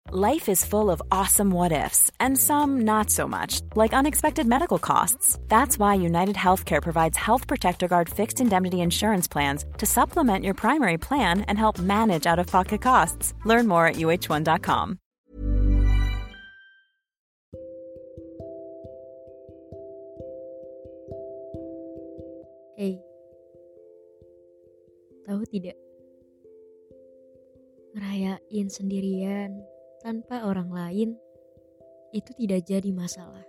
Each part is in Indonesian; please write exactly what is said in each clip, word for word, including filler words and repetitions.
Life is full of awesome what-ifs, and some not so much, like unexpected medical costs. That's why United Healthcare provides Health Protector Guard fixed indemnity insurance plans to supplement your primary plan and help manage out-of-pocket costs. Learn more at U H one dot com. Hey, tahu tidak? Ngerayain sendirian tanpa orang lain itu tidak jadi masalah.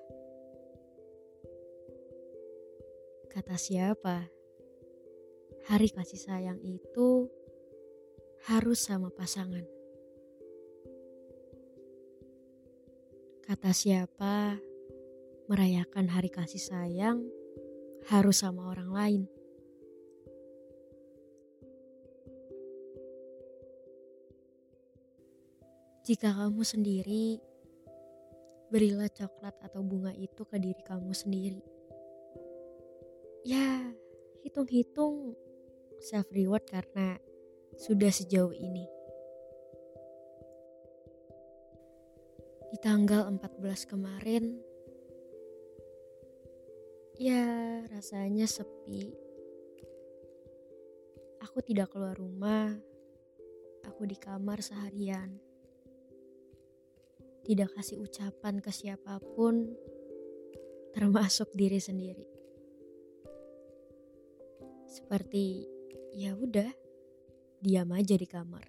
Kata siapa? Hari kasih sayang itu harus sama pasangan. Kata siapa? Merayakan hari kasih sayang harus sama orang lain. Jika kamu sendiri, berilah coklat atau bunga itu ke diri kamu sendiri. Ya, hitung-hitung self reward karena sudah sejauh ini. Di tanggal empat belas kemarin, ya rasanya sepi. Aku tidak keluar rumah, aku di kamar seharian. Tidak kasih ucapan ke siapapun, termasuk diri sendiri. Seperti, ya udah, diam aja di kamar.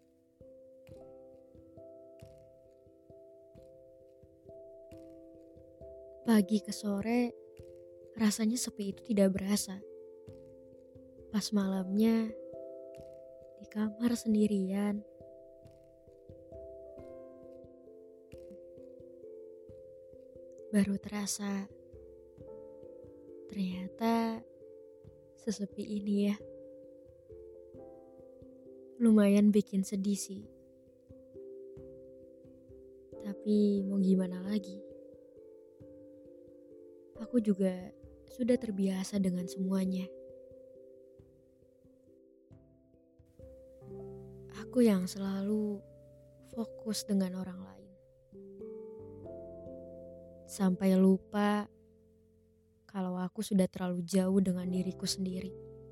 Pagi ke sore, rasanya sepi itu tidak berasa. Pas malamnya, di kamar sendirian, baru terasa, ternyata sesepi ini ya. Lumayan bikin sedih sih. Tapi mau gimana lagi? Aku juga sudah terbiasa dengan semuanya. Aku yang selalu fokus dengan orang lain. Sampai lupa kalau aku sudah terlalu jauh dengan diriku sendiri.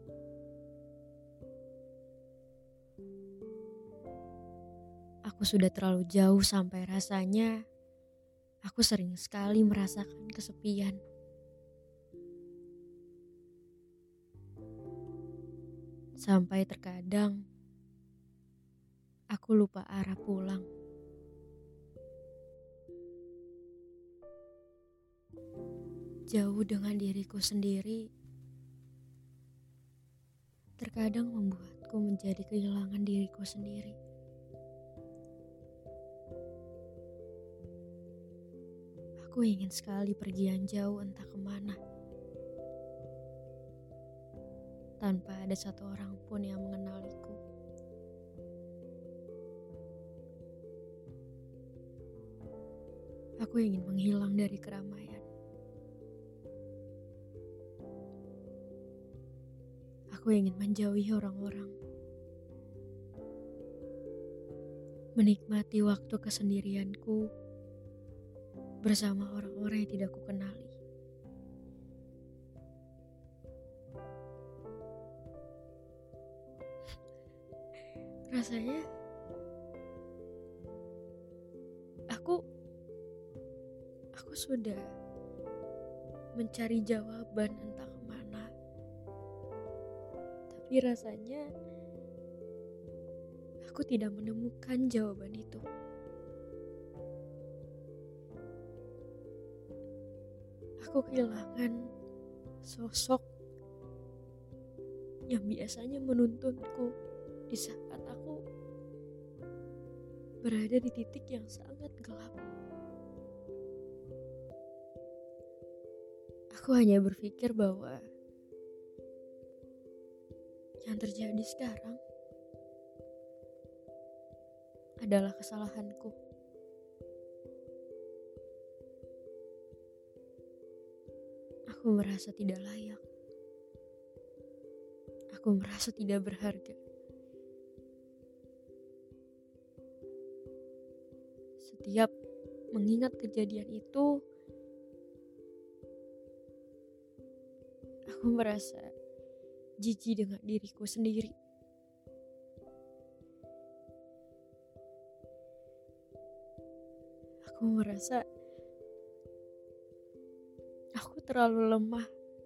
Aku sudah terlalu jauh sampai rasanya aku sering sekali merasakan kesepian. Sampai terkadang aku lupa arah pulang. Jauh dengan diriku sendiri, terkadang membuatku menjadi kehilangan diriku sendiri. Aku ingin sekali pergian jauh entah kemana, tanpa ada satu orang pun yang mengenaliku. Aku ingin menghilang dari keramaian. Aku ingin menjauhi orang-orang. Menikmati waktu kesendirianku bersama orang-orang yang tidak kukenali. Rasanya aku aku sudah mencari jawaban entah kemana. Tapi rasanya aku tidak menemukan jawaban itu. Aku kehilangan sosok yang biasanya menuntunku di saat aku berada di titik yang sangat gelap. Aku hanya berpikir bahwa yang terjadi sekarang adalah kesalahanku. Aku merasa tidak layak. Aku merasa tidak berharga. Setiap mengingat kejadian itu, aku merasa jijik dengan diriku sendiri. Aku merasa aku terlalu lemah.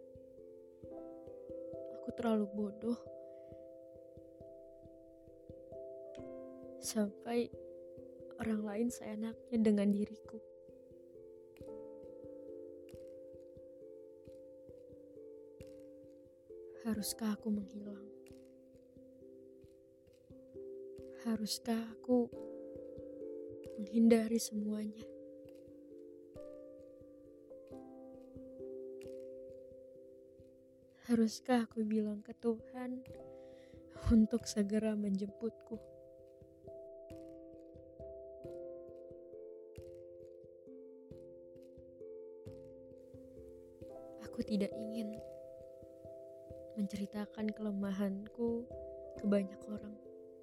Aku terlalu bodoh. Sampai orang lain seenaknya dengan diriku. Haruskah aku menghilang? Haruskah aku menghindari semuanya? Haruskah aku bilang ke Tuhan untuk segera menjemputku? Aku tidak ingin menceritakan kelemahanku ke banyak orang.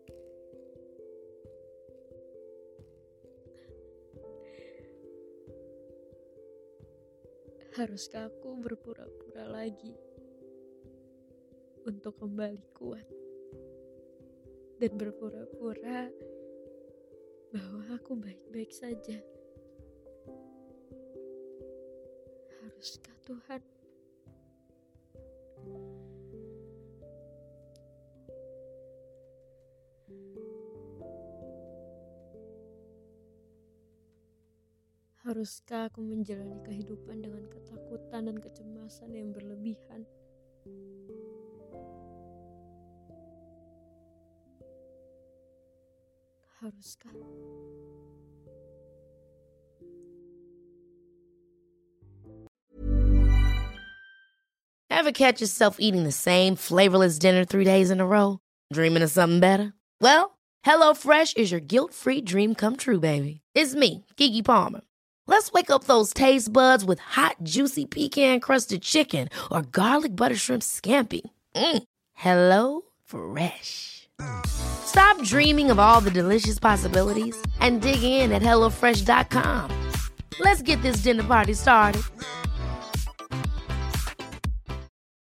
Haruskah aku berpura-pura lagi untuk kembali kuat dan berpura-pura bahwa aku baik-baik saja? Haruskah Tuhan? Haruskah aku menjalani kehidupan dengan ketakutan dan kecemasan yang berlebihan? Haruskah? Ever catch yourself eating the same flavorless dinner three days in a row? Dreaming of something better? Well, HelloFresh is your guilt-free dream come true, baby. It's me, Keke Palmer. Let's wake up those taste buds with hot, juicy pecan-crusted chicken or garlic butter shrimp scampi. Mm. Hello Fresh. Stop dreaming of all the delicious possibilities and dig in at hello fresh dot com. Let's get this dinner party started.